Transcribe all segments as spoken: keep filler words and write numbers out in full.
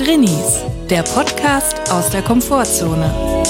Drinnies, der Podcast aus der Komfortzone.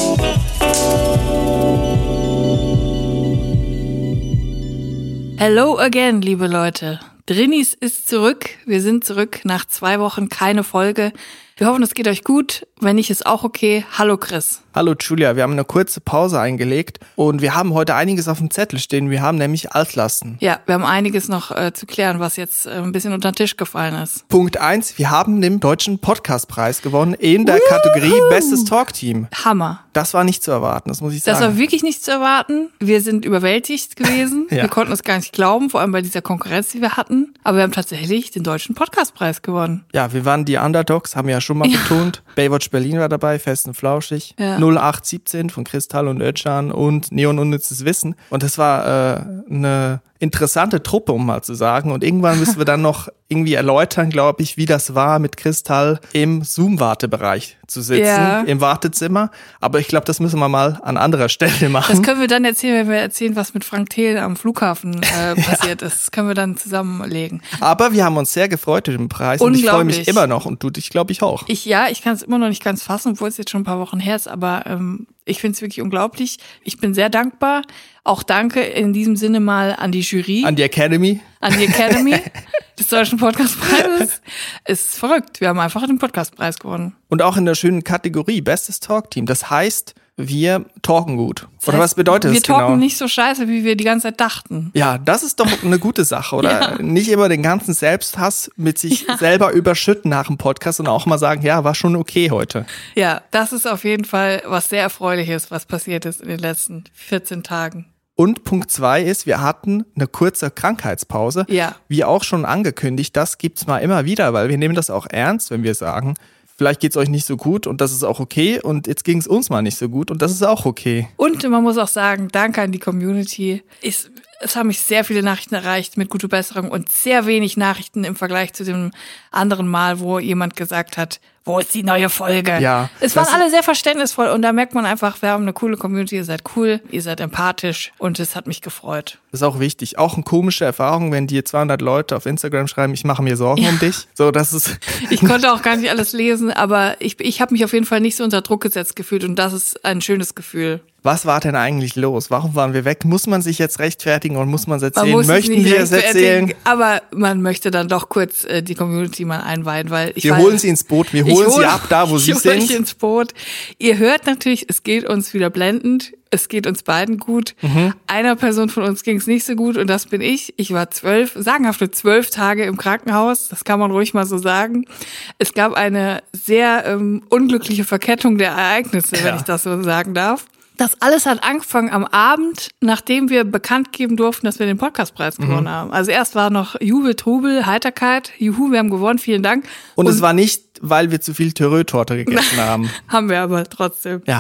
Hello again, liebe Leute. Drinnies ist zurück. Wir sind zurück nach zwei Wochen, keine Folge. Wir hoffen, es geht euch gut. Wenn nicht, ist auch okay. Hallo Chris. Hallo Julia, wir haben eine kurze Pause eingelegt und wir haben heute einiges auf dem Zettel stehen. Wir haben nämlich Altlasten. Ja, wir haben einiges noch äh, zu klären, was jetzt äh, ein bisschen unter den Tisch gefallen ist. Punkt eins, wir haben den Deutschen Podcastpreis gewonnen in der Woohoo! Kategorie Bestes Talkteam. Hammer. Das war nicht zu erwarten, das muss ich sagen. Das war wirklich nicht zu erwarten. Wir sind überwältigt gewesen. Ja. Wir konnten es gar nicht glauben, vor allem bei dieser Konkurrenz, die wir hatten. Aber wir haben tatsächlich den Deutschen Podcastpreis gewonnen. Ja, wir waren die Underdogs, haben wir ja schon mal betont. Baywatch Berlin war dabei, Fest und Flauschig. Ja. null acht siebzehn von Kristall und Özcan und Neon Unnützes Wissen. Und das war äh, eine interessante Truppe, um mal zu sagen. Und irgendwann müssen wir dann noch irgendwie erläutern, glaube ich, wie das war, mit Kristall im Zoom-Wartebereich zu sitzen, Ja. im Wartezimmer. Aber ich glaube, das müssen wir mal an anderer Stelle machen. Das können wir dann erzählen, wenn wir erzählen, was mit Frank Thelen am Flughafen äh, passiert ist. Das können wir dann zusammenlegen. Aber wir haben uns sehr gefreut über den Preis und ich freue mich Unglaublich. immer noch und du dich, glaube ich, auch. Ich, ja, ich kann es immer noch nicht ganz fassen, obwohl es jetzt schon ein paar Wochen her ist, aber ähm, ich finde es wirklich unglaublich. Ich bin sehr dankbar. Auch danke in diesem Sinne mal an die Jury, An die Academy. an die Academy des Deutschen Podcastpreises. Es ist verrückt. Wir haben einfach den Podcastpreis gewonnen. Und auch in der schönen Kategorie Bestes Talkteam. Das heißt, wir talken gut. Das Oder heißt, was bedeutet wir das genau? Wir talken nicht so scheiße, wie wir die ganze Zeit dachten. Ja, das ist doch eine gute Sache, oder? Ja. Nicht immer den ganzen Selbsthass mit sich Ja. selber überschütten nach dem Podcast und auch mal sagen, ja, war schon okay heute. Ja, das ist auf jeden Fall was sehr Erfreuliches, was passiert ist in den letzten vierzehn Tagen. Und Punkt zwei ist, wir hatten eine kurze Krankheitspause. Ja. Wie auch schon angekündigt, das gibt's mal immer wieder, weil wir nehmen das auch ernst, wenn wir sagen, vielleicht geht's euch nicht so gut und das ist auch okay und jetzt ging's uns mal nicht so gut und das ist auch okay. Und man muss auch sagen, danke an die Community. Es, es haben mich sehr viele Nachrichten erreicht mit gute Besserung und sehr wenig Nachrichten im Vergleich zu dem anderen Mal, wo jemand gesagt hat, wo ist die neue Folge? Ja, Es waren das- alle sehr verständnisvoll und da merkt man einfach, wir haben eine coole Community, ihr seid cool, ihr seid empathisch und es hat mich gefreut. Das ist auch wichtig. Auch eine komische Erfahrung, wenn dir zweihundert Leute auf Instagram schreiben, ich mache mir Sorgen Ja. um dich. So, das ist Ich konnte auch gar nicht alles lesen, aber ich, ich habe mich auf jeden Fall nicht so unter Druck gesetzt gefühlt und das ist ein schönes Gefühl. Was war denn eigentlich los? Warum waren wir weg? Muss man sich jetzt rechtfertigen und muss man es erzählen? Man muss Möchten nicht wir es rechtfertigen, erzählen? aber man möchte dann doch kurz äh, die Community mal einweihen, weil ich Wir weiß, holen sie ins Boot, wir ich holen hol- sie ab, da wo ich sie hol sind. euch ins Boot. Ihr hört natürlich, es geht uns wieder blendend. Es geht uns beiden gut. Mhm. Einer Person von uns ging es nicht so gut und das bin ich. Ich war zwölf, sagenhafte zwölf Tage im Krankenhaus. Das kann man ruhig mal so sagen. Es gab eine sehr ähm, unglückliche Verkettung der Ereignisse, wenn Ja. ich das so sagen darf. Das alles hat angefangen am Abend, nachdem wir bekannt geben durften, dass wir den Podcastpreis Mhm. gewonnen haben. Also erst war noch Jubel, Trubel, Heiterkeit. Juhu, wir haben gewonnen, vielen Dank. Und es war nicht, weil wir zu viel Törö-Torte gegessen haben. Haben wir aber trotzdem. Ja.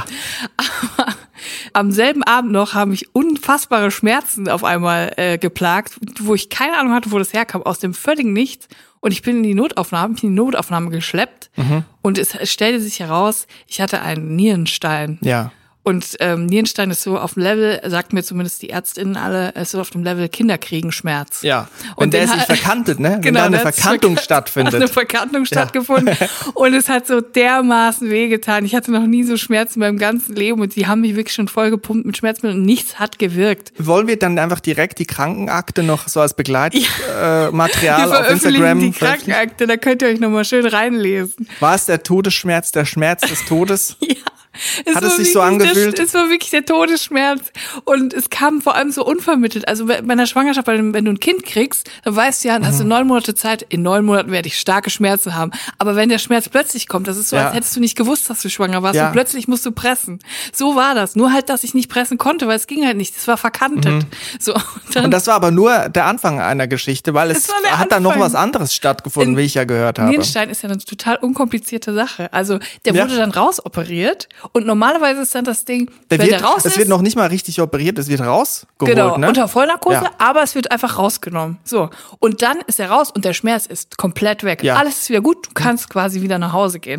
Am selben Abend noch haben mich unfassbare Schmerzen auf einmal äh, geplagt, wo ich keine Ahnung hatte, wo das herkam, aus dem völligen Nichts. Und ich bin in die Notaufnahme, mich in die Notaufnahme geschleppt. Und es, es stellte sich heraus, ich hatte einen Nierenstein. Ja. Und ähm, Nierenstein ist so auf dem Level, sagt mir zumindest die ÄrztInnen alle, ist so auf dem Level Kinderkriegenschmerz. Ja. Wenn Und der den sich ha- verkantet, ne? Wenn Genau, da eine da hat's Verkantung verk- stattfindet. Eine Verkantung stattgefunden. Und es hat so dermaßen wehgetan. Ich hatte noch nie so Schmerzen in meinem ganzen Leben und die haben mich wirklich schon voll gepumpt mit Schmerzmitteln und nichts hat gewirkt. Wollen wir dann einfach direkt die Krankenakte noch so als Begleitmaterial äh, Material Wir auf veröffentlichen Instagram die veröffentlichen? Krankenakte, da könnt ihr euch nochmal schön reinlesen. War es der Todesschmerz, der Schmerz des Todes? Ja. Es Hat war es sich so wirklich angefühlt? Der, es war wirklich der Todesschmerz. Und es kam vor allem so unvermittelt. Also bei einer Schwangerschaft, wenn du ein Kind kriegst, dann weißt du ja, dann hast du neun Monate Zeit. In neun Monaten werde ich starke Schmerzen haben. Aber wenn der Schmerz plötzlich kommt, das ist so, Ja. als hättest du nicht gewusst, dass du schwanger warst. Ja. Und plötzlich musst du pressen. So war das. Nur halt, dass ich nicht pressen konnte, weil es ging halt nicht. Es war verkantet. So, und dann, Und das war aber nur der Anfang einer Geschichte, weil es Das war der hat dann noch Anfang. was anderes stattgefunden, In- wie ich ja gehört habe. Nierenstein ist ja eine total unkomplizierte Sache. Also der Ja. wurde dann rausoperiert und normalerweise ist dann das Ding, Der wenn wird, der raus es ist, wird noch nicht mal richtig operiert, es wird rausgeholt, genau, ne? unter Vollnarkose, Ja. aber es wird einfach rausgenommen. So. Und dann ist er raus und der Schmerz ist komplett weg. Ja. Alles ist wieder gut, du kannst quasi wieder nach Hause gehen.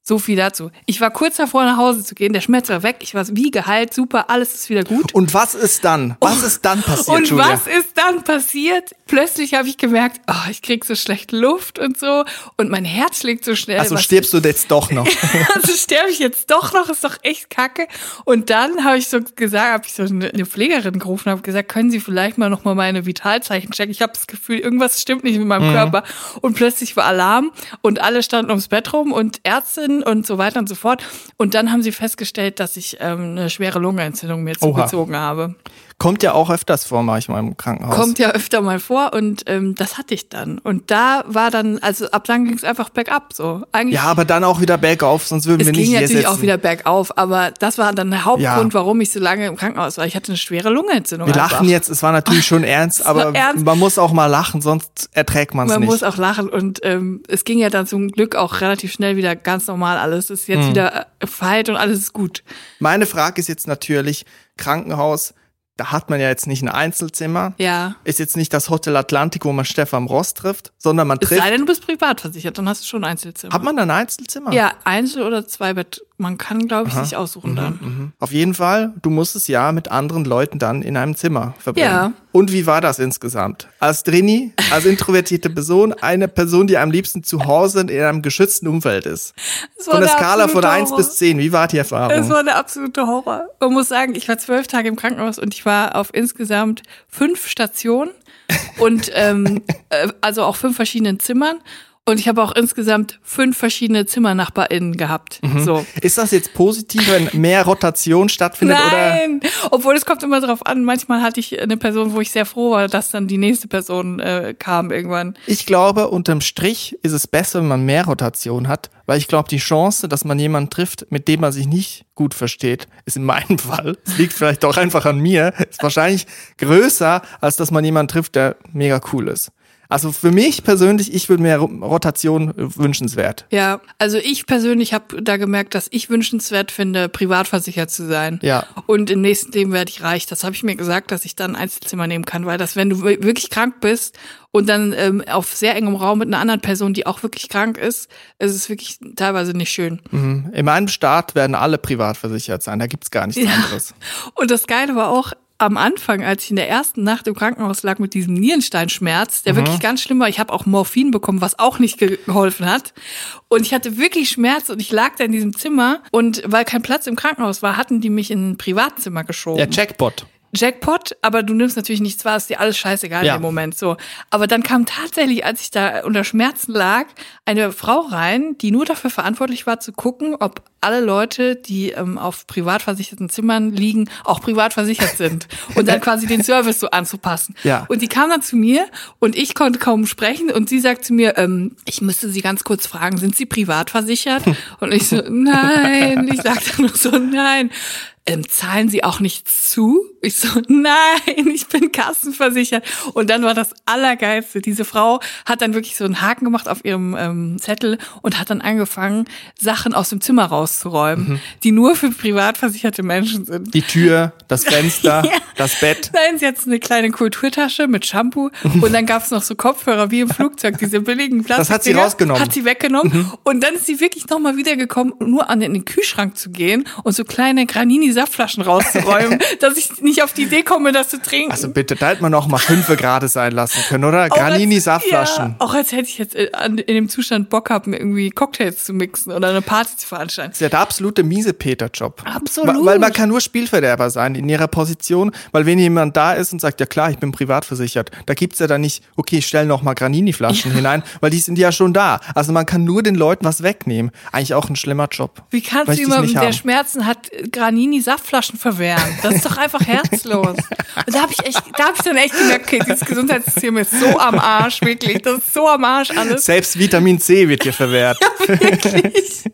So viel dazu. Ich war kurz davor, nach Hause zu gehen. Der Schmerz war weg. Ich war wie geheilt. Super. Alles ist wieder gut. Und was ist dann? Was ist dann passiert, Und Julia? was ist dann passiert? Plötzlich habe ich gemerkt, oh, ich krieg so schlecht Luft und so. Und mein Herz schlägt so schnell. Also was stirbst du jetzt doch noch. also sterbe ich jetzt doch noch, ist doch echt kacke. Und dann habe ich so gesagt, habe ich so eine Pflegerin gerufen, habe gesagt, können Sie vielleicht mal noch mal meine Vitalzeichen checken? Ich habe das Gefühl, irgendwas stimmt nicht mit meinem mhm. Körper. Und plötzlich war Alarm und alle standen ums Bett rum und Ärztinnen und so weiter und so fort. Und dann haben sie festgestellt, dass ich ähm, eine schwere Lungenentzündung mir zugezogen Oha. habe. Kommt ja auch öfters vor, manchmal im Krankenhaus. Kommt ja öfter mal vor und ähm, das hatte ich dann. Und da war dann, also ab dann ging es einfach bergab so. Eigentlich, ja, aber dann auch wieder bergauf, sonst würden wir nicht hier sitzen. Es ging natürlich auch wieder bergauf, aber das war dann der Hauptgrund, ja. warum ich so lange im Krankenhaus war. Ich hatte eine schwere Lungenentzündung. Wir einfach. lachen jetzt, es war natürlich schon ernst, aber ernst. Man muss auch mal lachen, sonst erträgt man es nicht. Man muss auch lachen und ähm, es ging ja dann zum Glück auch relativ schnell wieder ganz normal alles. Es ist jetzt mhm. wieder verheilt und alles ist gut. Meine Frage ist jetzt natürlich, Krankenhaus, da hat man ja jetzt nicht ein Einzelzimmer. Ja. Ist jetzt nicht das Hotel Atlantik, wo man Stefan Ross trifft, sondern man trifft... Es sei denn, du bist privat versichert, dann hast du schon ein Einzelzimmer. Hat man dann ein Einzelzimmer? Ja, Einzel- oder Zweibett. Man kann, glaube ich, Aha. sich aussuchen mhm, dann. Mhm. Auf jeden Fall, du musst es ja mit anderen Leuten dann in einem Zimmer verbringen. Ja. Und wie war das insgesamt? Als Drini, als introvertierte Person, eine Person, die am liebsten zu Hause in einem geschützten Umfeld ist. Von der Skala von eins bis zehn, wie war die Erfahrung? Es war der absolute Horror. Man muss sagen, ich war zwölf Tage im Krankenhaus und ich war auf insgesamt fünf Stationen und ähm, also auch fünf verschiedenen Zimmern. Und ich habe auch insgesamt fünf verschiedene ZimmernachbarInnen gehabt. Mhm. So. Ist das jetzt positiv, wenn mehr Rotation stattfindet? Nein, oder? Obwohl es kommt immer drauf an. Manchmal hatte ich eine Person, wo ich sehr froh war, dass dann die nächste Person äh, kam irgendwann. Ich glaube, unterm Strich ist es besser, wenn man mehr Rotation hat, weil ich glaube, die Chance, dass man jemanden trifft, mit dem man sich nicht gut versteht, ist in meinem Fall, es liegt vielleicht auch einfach an mir, ist wahrscheinlich größer, als dass man jemanden trifft, der mega cool ist. Also für mich persönlich, ich würde mehr Rotation wünschenswert. Ja, also ich persönlich habe da gemerkt, dass ich wünschenswert finde, privat versichert zu sein. Ja. Und im nächsten Leben werde ich reich. Das habe ich mir gesagt, dass ich dann ein Einzelzimmer nehmen kann, weil das, wenn du wirklich krank bist und dann ähm, auf sehr engem Raum mit einer anderen Person, die auch wirklich krank ist, ist es wirklich teilweise nicht schön. Mhm. In meinem Staat werden alle privat versichert sein, da gibt's gar nichts ja. anderes. Und das Geile war auch, am Anfang, als ich in der ersten Nacht im Krankenhaus lag mit diesem Nierensteinschmerz, der mhm. wirklich ganz schlimm war, ich habe auch Morphin bekommen, was auch nicht ge- geholfen hat. Und ich hatte wirklich Schmerz und ich lag da in diesem Zimmer und weil kein Platz im Krankenhaus war, hatten die mich in ein Privatzimmer geschoben. Ja, Jackpot. Jackpot, aber du nimmst natürlich nichts wahr, ist dir alles scheißegal ja. im Moment so. Aber dann kam tatsächlich, als ich da unter Schmerzen lag, eine Frau rein, die nur dafür verantwortlich war zu gucken, ob alle Leute, die ähm, auf privat versicherten Zimmern liegen, auch privat versichert sind. Und dann quasi den Service so anzupassen. Ja. Und die kam dann zu mir und ich konnte kaum sprechen und sie sagt zu mir, ähm, ich müsste Sie ganz kurz fragen, sind Sie privat versichert? Und ich so, nein. Ich sagte nur so, nein. Ähm, zahlen Sie auch nichts zu? Ich so, nein, ich bin kassenversichert. Und dann war das Allergeilste. Diese Frau hat dann wirklich so einen Haken gemacht auf ihrem ähm, Zettel und hat dann angefangen, Sachen aus dem Zimmer rauszuräumen, mhm. die nur für privat versicherte Menschen sind. Die Tür, das Fenster, ja. das Bett. Nein, sie hat so eine kleine Kulturtasche mit Shampoo und dann gab es noch so Kopfhörer wie im Flugzeug, diese billigen Plastik. Das hat sie rausgenommen. Hat sie weggenommen. Mhm. Und dann ist sie wirklich nochmal wiedergekommen, nur an den, in den Kühlschrank zu gehen und so kleine Granini-Saftflaschen rauszuräumen, dass ich nicht auf die Idee komme, das zu trinken. Also bitte, da hätte man noch mal fünf Grad sein lassen können, oder? Granini-Saftflaschen. Ja, auch als hätte ich jetzt in, in dem Zustand Bock gehabt, mir irgendwie Cocktails zu mixen oder eine Party zu veranstalten. Das ist ja der absolute Miese-Peter-Job. Absolut. Weil man kann nur Spielverderber sein in ihrer Position, weil wenn jemand da ist und sagt, ja klar, ich bin privat versichert, da gibt's ja dann nicht, okay, ich stelle noch mal Granini-Flaschen ja. hinein, weil die sind ja schon da. Also man kann nur den Leuten was wegnehmen. Eigentlich auch ein schlimmer Job. Wie kannst du jemandem, der Schmerzen hat, Granini-Saftflaschen verwehren? Das ist doch einfach herzlos. Und da habe ich echt, da habe ich dann echt gemerkt, okay, dieses Gesundheitssystem ist so am Arsch, wirklich. Das ist so am Arsch alles. Selbst Vitamin C wird dir verwehrt. Ja, wirklich.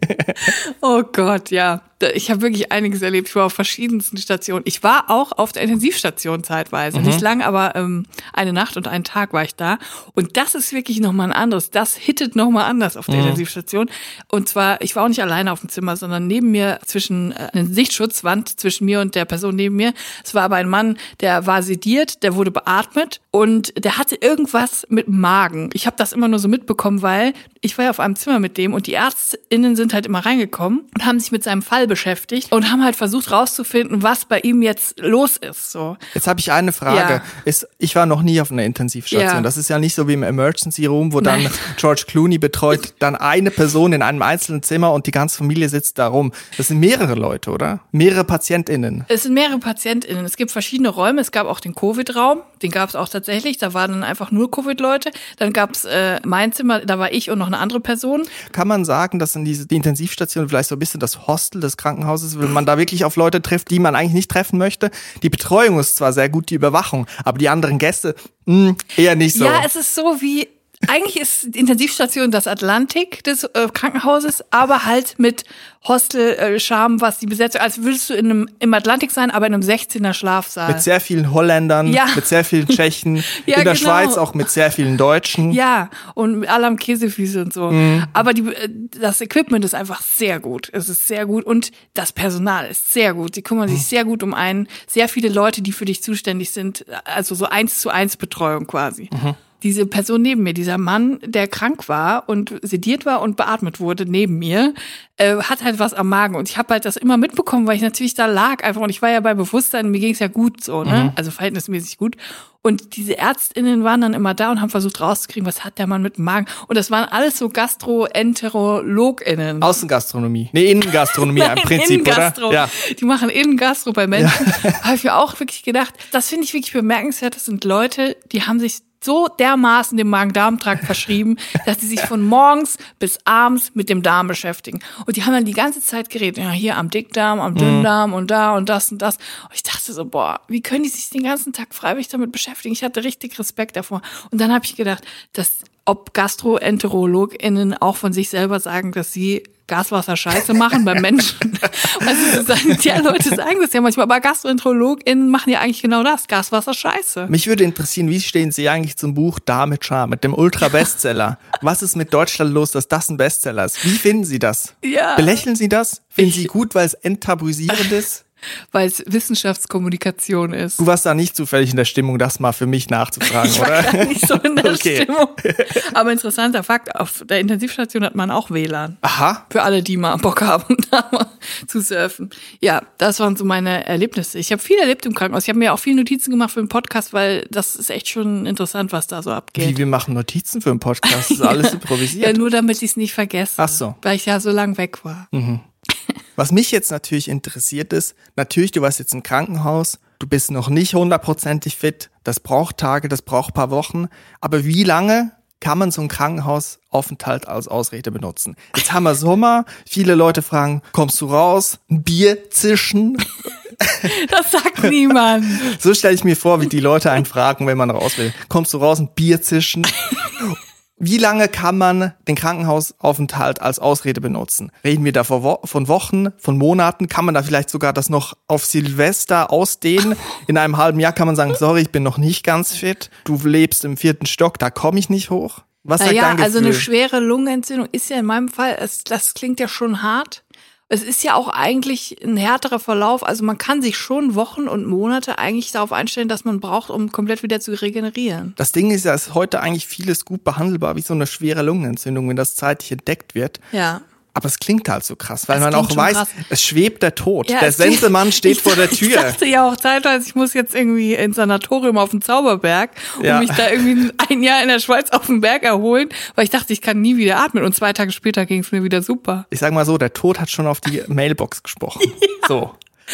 Oh Gott, ja. Ich habe wirklich einiges erlebt. Ich war auf verschiedensten Stationen. Ich war auch auf der Intensivstation zeitweise. Mhm. Nicht lang, aber ähm, eine Nacht und einen Tag war ich da. Und das ist wirklich nochmal ein anderes. Das hittet nochmal anders auf der mhm. Intensivstation. Und zwar, ich war auch nicht alleine auf dem Zimmer, sondern neben mir zwischen äh, eine Sichtschutzwand zwischen mir und der Person neben mir. Es war aber ein Mann, der war sediert, der wurde beatmet Und der hatte irgendwas mit dem Magen. Ich habe das immer nur so mitbekommen, weil ich war ja auf einem Zimmer mit dem und die ÄrztInnen sind halt immer reingekommen und haben sich mit seinem Fall beschäftigt und haben halt versucht rauszufinden, was bei ihm jetzt los ist. So. Jetzt habe ich eine Frage. Ja. Ist, ich war noch nie auf einer Intensivstation. Ja. Das ist ja nicht so wie im Emergency Room, wo dann Nein. George Clooney betreut, dann eine Person in einem einzelnen Zimmer und die ganze Familie sitzt da rum. Das sind mehrere Leute, oder? Mehrere PatientInnen. Es sind mehrere PatientInnen. Es gibt verschiedene Räume. Es gab auch den Covid-Raum. Den gab es auch tatsächlich. Da waren dann einfach nur Covid-Leute. Dann gab es äh, mein Zimmer. Da war ich und noch eine andere Person. Kann man sagen, dass in diese die Intensivstation vielleicht so ein bisschen das Hostel des Krankenhauses, wenn man da wirklich auf Leute trifft, die man eigentlich nicht treffen möchte? Die Betreuung ist zwar sehr gut, die Überwachung, aber die anderen Gäste mh, eher nicht so. Ja, es ist so wie... Eigentlich ist die Intensivstation das Atlantik des äh, Krankenhauses, aber halt mit Hostel-Charme, was die Besetzung, als würdest du in einem, im Atlantik sein, aber in einem sechzehner Schlafsaal. Mit sehr vielen Holländern, Ja. mit sehr vielen Tschechen, Ja, in der genau. Schweiz auch mit sehr vielen Deutschen. Ja, und mit allem Käsefüße und so. Mhm. Aber die, das Equipment ist einfach sehr gut. Es ist sehr gut und das Personal ist sehr gut. Sie kümmern sich sehr gut um einen. Sehr viele Leute, die für dich zuständig sind. Also so eins zu eins Betreuung quasi. Mhm. Diese Person neben mir, dieser Mann, der krank war und sediert war und beatmet wurde neben mir, äh, hat halt was am Magen. Und ich habe halt das immer mitbekommen, weil ich natürlich da lag einfach. Und ich war ja bei Bewusstsein, mir ging es ja gut so, ne? Mhm. Also verhältnismäßig gut. Und diese ÄrztInnen waren dann immer da und haben versucht rauszukriegen, was hat der Mann mit dem Magen. Und das waren alles so GastroenterologInnen. Außengastronomie. Nee, Innengastronomie im Prinzip, Innengastro. oder? Ja. Die machen Innengastro bei Menschen. Habe ich mir auch wirklich gedacht, das finde ich wirklich bemerkenswert. Das sind Leute, die haben sich so dermaßen dem Magen-Darm-Trakt verschrieben, dass sie sich von morgens bis abends mit dem Darm beschäftigen. Und die haben dann die ganze Zeit geredet, ja, hier am Dickdarm, am Dünndarm und da und das und das. Und ich dachte so, boah, wie können die sich den ganzen Tag freiwillig damit beschäftigen? Ich hatte richtig Respekt davor. Und dann habe ich gedacht, dass ob GastroenterologInnen auch von sich selber sagen, dass sie Gaswasser Scheiße machen beim Menschen. Also ja, Leute sagen das ja manchmal, aber GastroenterologInnen machen ja eigentlich genau das, Gaswasser Scheiße. Mich würde interessieren, wie stehen Sie eigentlich zum Buch Da mit Charme, mit dem Ultra-Bestseller? Was ist mit Deutschland los, dass das ein Bestseller ist? Wie finden Sie das? Ja. Belächeln Sie das? Finden Sie gut, weil es enttabuisierend ist? Weil es Wissenschaftskommunikation ist. Du warst da nicht zufällig in der Stimmung, das mal für mich nachzufragen, Ich war oder? gar nicht so in der Okay. Stimmung. Aber interessanter Fakt, auf der Intensivstation hat man auch W L A N. Aha. Für alle, die mal Bock haben, da mal zu surfen. Ja, das waren so meine Erlebnisse. Ich habe viel erlebt im Krankenhaus. Ich habe mir auch viele Notizen gemacht für den Podcast, weil das ist echt schon interessant, was da so abgeht. Wie, wir machen Notizen für einen Podcast, das ist alles improvisiert. Ja, nur damit ich es nicht vergesse. Ach so. Weil ich ja so lang weg war. Was mich jetzt natürlich interessiert ist, natürlich, du warst jetzt im Krankenhaus, du bist noch nicht hundertprozentig fit, das braucht Tage, das braucht ein paar Wochen, aber wie lange kann man so einen Krankenhausaufenthalt als Ausrede benutzen? Jetzt haben wir Sommer, viele Leute fragen, kommst du raus, ein Bier zischen? Das sagt niemand. So stelle ich mir vor, wie die Leute einen fragen, wenn man raus will. Kommst du raus, ein Bier zischen? Wie lange kann man den Krankenhausaufenthalt als Ausrede benutzen? Reden wir da von Wochen, von Monaten? Kann man da vielleicht sogar das noch auf Silvester ausdehnen? In einem halben Jahr kann man sagen, sorry, ich bin noch nicht ganz fit. Du lebst im vierten Stock, da komme ich nicht hoch. Was sagt Naja, dein Gefühl? also eine schwere Lungenentzündung ist ja in meinem Fall, es, das klingt ja schon hart. Es ist ja auch eigentlich ein härterer Verlauf. Also man kann sich schon Wochen und Monate eigentlich darauf einstellen, dass man braucht, um komplett wieder zu regenerieren. Das Ding ist ja, ist heute eigentlich vieles gut behandelbar, wie so eine schwere Lungenentzündung, wenn das zeitlich entdeckt wird. Ja. Aber es klingt halt so krass, weil Es man klingt auch schon weiß, krass. es schwebt der Tod. Ja, der es klingt- Sensemann steht ich vor der dachte- Tür. Ich dachte ja auch zeitweise, ich muss jetzt irgendwie ins Sanatorium auf den Zauberberg und Ja. mich da irgendwie ein Jahr in der Schweiz auf den Berg erholen, weil ich dachte, ich kann nie wieder atmen. Und zwei Tage später ging es mir wieder super. Ich sag mal so, der Tod hat schon auf die Mailbox gesprochen. So.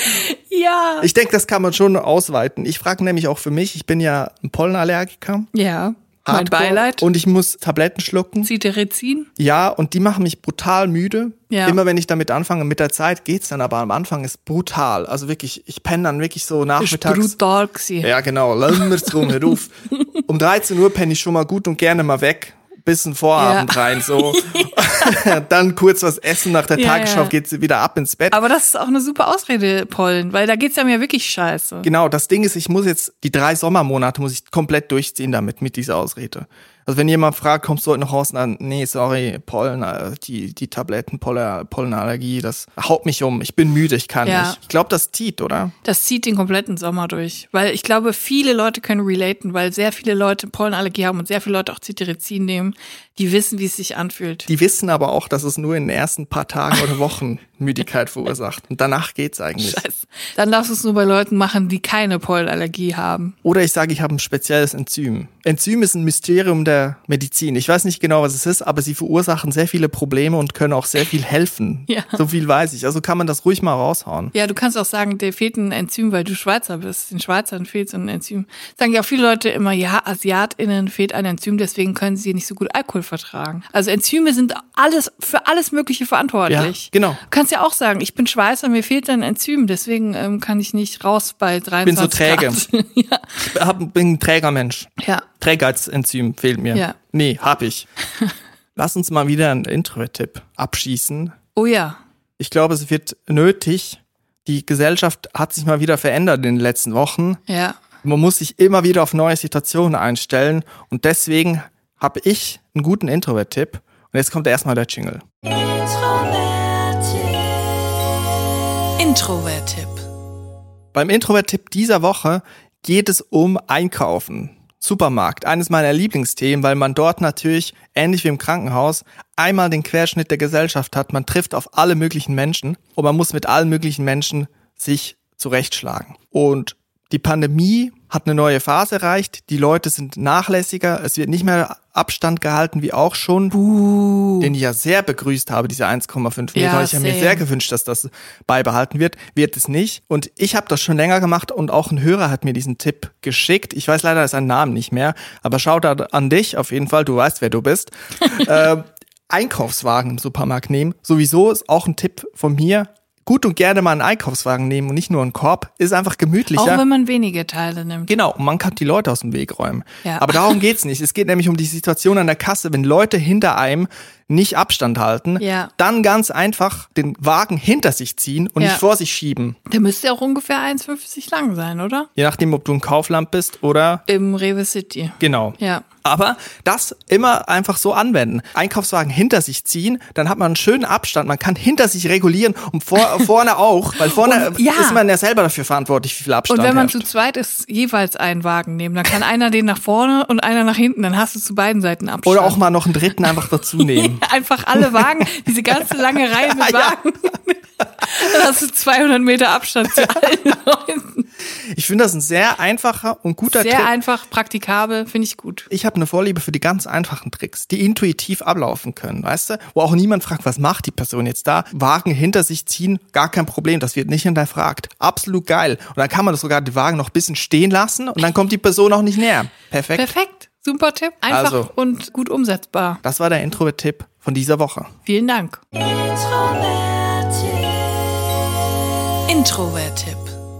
Ja. Ich denke, das kann man schon ausweiten. Ich frage nämlich auch für mich, ich bin ja ein Pollenallergiker. Ja. Mein Hardcore. Beileid. Und ich muss Tabletten schlucken. Cetirizin. Ja, und die machen mich brutal müde. Ja. Immer wenn ich damit anfange, mit der Zeit geht's dann, aber am Anfang ist brutal. Also wirklich, ich penne dann wirklich so Ist nachmittags. brutal gewesen. Ja, genau, lassen wir's drum, hör auf. Um dreizehn Uhr penne ich schon mal gut und gerne mal weg. Bis in den Vorabend Ja. rein, so. Dann kurz was essen, nach der Ja, Tagesschau ja. geht's wieder ab ins Bett. Aber das ist auch eine super Ausrede, Pollen, weil da geht's einem ja wirklich scheiße. Genau, das Ding ist, ich muss jetzt, die drei Sommermonate muss ich komplett durchziehen damit, mit dieser Ausrede. Also wenn jemand fragt, kommst du heute noch raus? Dann, nee, sorry, Pollen, die, die Tabletten, Pollen, Pollenallergie, das haut mich um. Ich bin müde, ich kann Ja. nicht. Ich glaube, das zieht, oder? Das zieht den kompletten Sommer durch. Weil ich glaube, viele Leute können relaten, weil sehr viele Leute Pollenallergie haben und sehr viele Leute auch Cetirizin nehmen, die wissen, wie es sich anfühlt. Die wissen aber auch, dass es nur in den ersten paar Tagen oder Wochen Müdigkeit verursacht. Und danach geht's eigentlich. Scheiße. Dann darfst du es nur bei Leuten machen, die keine Pollenallergie haben. Oder ich sage, ich habe ein spezielles Enzym. Enzym ist ein Mysterium der Medizin. Ich weiß nicht genau, was es ist, aber sie verursachen sehr viele Probleme und können auch sehr viel helfen. Ja. So viel weiß ich. Also kann man das ruhig mal raushauen. Ja, du kannst auch sagen, dir fehlt ein Enzym, weil du Schweizer bist. Den Schweizern fehlt so ein Enzym. Sagen ja auch viele Leute immer, ja, AsiatInnen fehlt ein Enzym, deswegen können sie nicht so gut Alkohol vertragen. Also Enzyme sind alles für alles Mögliche verantwortlich. Ja, genau. Du kannst ja auch sagen, ich bin Schweizer, mir fehlt ein Enzym, deswegen ähm, kann ich nicht raus bei dreiundzwanzig Bin so träge. Grad. ja. Ich hab, bin ein träger Mensch. ja. Trägheitsenzym fehlt mir. Ja. Nee, hab ich. Lass uns mal wieder einen Intro-Tipp abschießen. Oh ja. Ich glaube, es wird nötig. Die Gesellschaft hat sich mal wieder verändert in den letzten Wochen. Ja. Man muss sich immer wieder auf neue Situationen einstellen. Und deswegen habe ich einen guten Introvert-Tipp. Und jetzt kommt erstmal der Jingle. Introvert-Tipp. Beim Introvert-Tipp dieser Woche geht es um Einkaufen. Supermarkt, eines meiner Lieblingsthemen, weil man dort natürlich, ähnlich wie im Krankenhaus, einmal den Querschnitt der Gesellschaft hat. Man trifft auf alle möglichen Menschen und man muss mit allen möglichen Menschen sich zurechtschlagen. Und die Pandemie hat eine neue Phase erreicht. Die Leute sind nachlässiger. Es wird nicht mehr Abstand gehalten, wie auch schon. Buh. Den ich ja sehr begrüßt habe, diese eins Komma fünf Meter. Ja, ich habe mir same. sehr gewünscht, dass das beibehalten wird. Wird es nicht. Und ich habe das schon länger gemacht und auch ein Hörer hat mir diesen Tipp geschickt. Ich weiß leider seinen Namen nicht mehr, aber schau da an dich auf jeden Fall. Du weißt, wer du bist. äh, Einkaufswagen im Supermarkt nehmen. Sowieso ist auch ein Tipp von mir. Gut und gerne mal einen Einkaufswagen nehmen und nicht nur einen Korb. Ist einfach gemütlicher. Auch wenn man wenige Teile nimmt. Genau, und man kann die Leute aus dem Weg räumen. Ja. Aber darum geht's nicht. Es geht nämlich um die Situation an der Kasse, wenn Leute hinter einem nicht Abstand halten, Ja. dann ganz einfach den Wagen hinter sich ziehen und Ja. nicht vor sich schieben. Der müsste ja auch ungefähr eins fünfzig lang sein, oder? Je nachdem, ob du ein Kaufland bist oder Im Rewe City. genau. Ja. Aber das immer einfach so anwenden. Einkaufswagen hinter sich ziehen, dann hat man einen schönen Abstand. Man kann hinter sich regulieren und vor, vorne auch, weil vorne Und, ja. ist man ja selber dafür verantwortlich, wie viel Abstand Und wenn man herrscht. zu zweit ist, jeweils einen Wagen nehmen. Dann kann einer den nach vorne und einer nach hinten. Dann hast du zu beiden Seiten Abstand. Oder auch mal noch einen dritten einfach dazu nehmen. Einfach alle Wagen, diese ganze lange Reihe mit Ja. Wagen. Dann hast du zweihundert Meter Abstand zu allen Leuten. Ich finde das ein sehr einfacher und guter Sehr Trick. einfach, praktikabel, finde ich gut. Ich habe eine Vorliebe für die ganz einfachen Tricks, die intuitiv ablaufen können, weißt du? Wo auch niemand fragt, was macht die Person jetzt da? Wagen hinter sich ziehen, gar kein Problem, das wird nicht hinterfragt. Absolut geil. Und dann kann man das sogar den Wagen noch ein bisschen stehen lassen und dann kommt die Person auch nicht näher. Perfekt. Perfekt, super Tipp. Einfach Also. und gut umsetzbar. Das war der Introvert-Tipp von dieser Woche. Vielen Dank. Introvert-Tipp.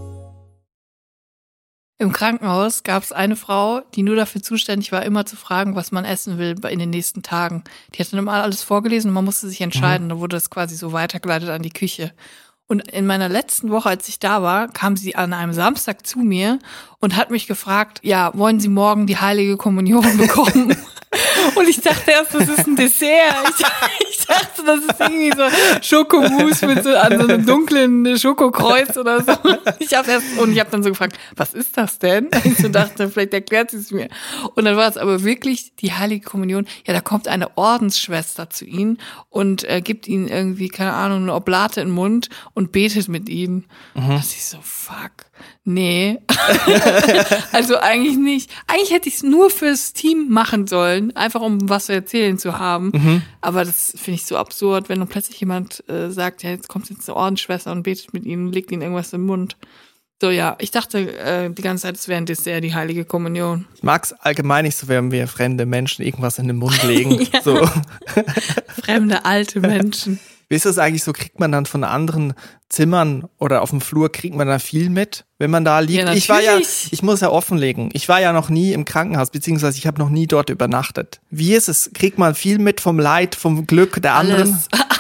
Im Krankenhaus gab es eine Frau, die nur dafür zuständig war, immer zu fragen, was man essen will in den nächsten Tagen. Die hat dann immer alles vorgelesen und man musste sich entscheiden. Mhm. Da wurde das quasi so weitergeleitet an die Küche. Und in meiner letzten Woche, als ich da war, kam sie an einem Samstag zu mir und hat mich gefragt, ja, wollen Sie morgen die Heilige Kommunion bekommen? Und ich dachte erst, das ist ein Dessert. Ich, ich dachte, das ist irgendwie so Schokomousse mit so an so einem dunklen Schokokreuz oder so. Ich habe erst und ich habe dann so gefragt, was ist das denn? Und ich so dachte, vielleicht erklärt sie es mir. Und dann war es aber wirklich die Heilige Kommunion. Ja, da kommt eine Ordensschwester zu ihnen und äh, gibt ihnen irgendwie, keine Ahnung, eine Oblate in den Mund und betet mit ihnen. Mhm. Da ich so, fuck. Nee. Also eigentlich nicht. Eigentlich hätte ich es nur fürs Team machen sollen, einfach um was zu erzählen zu haben. Mhm. Aber das finde ich so absurd, wenn dann plötzlich jemand äh, sagt, ja, jetzt kommt jetzt eine Ordensschwester und betet mit ihnen und legt ihnen irgendwas im Mund. So, ja, ich dachte äh, die ganze Zeit, es wäre ein Dessert, die Heilige Kommunion. Ich mag es allgemein nicht so, wenn wir fremde Menschen irgendwas in den Mund legen. Ja. So. Fremde, alte Menschen. Wie ist das eigentlich so? Kriegt man dann von anderen Zimmern oder auf dem Flur, kriegt man da viel mit, wenn man da liegt? Ja, ich war ja, natürlich. ich muss ja offenlegen, ich war ja noch nie im Krankenhaus, beziehungsweise ich habe noch nie dort übernachtet. Wie ist es? Kriegt man viel mit vom Leid, vom Glück der anderen? Alles,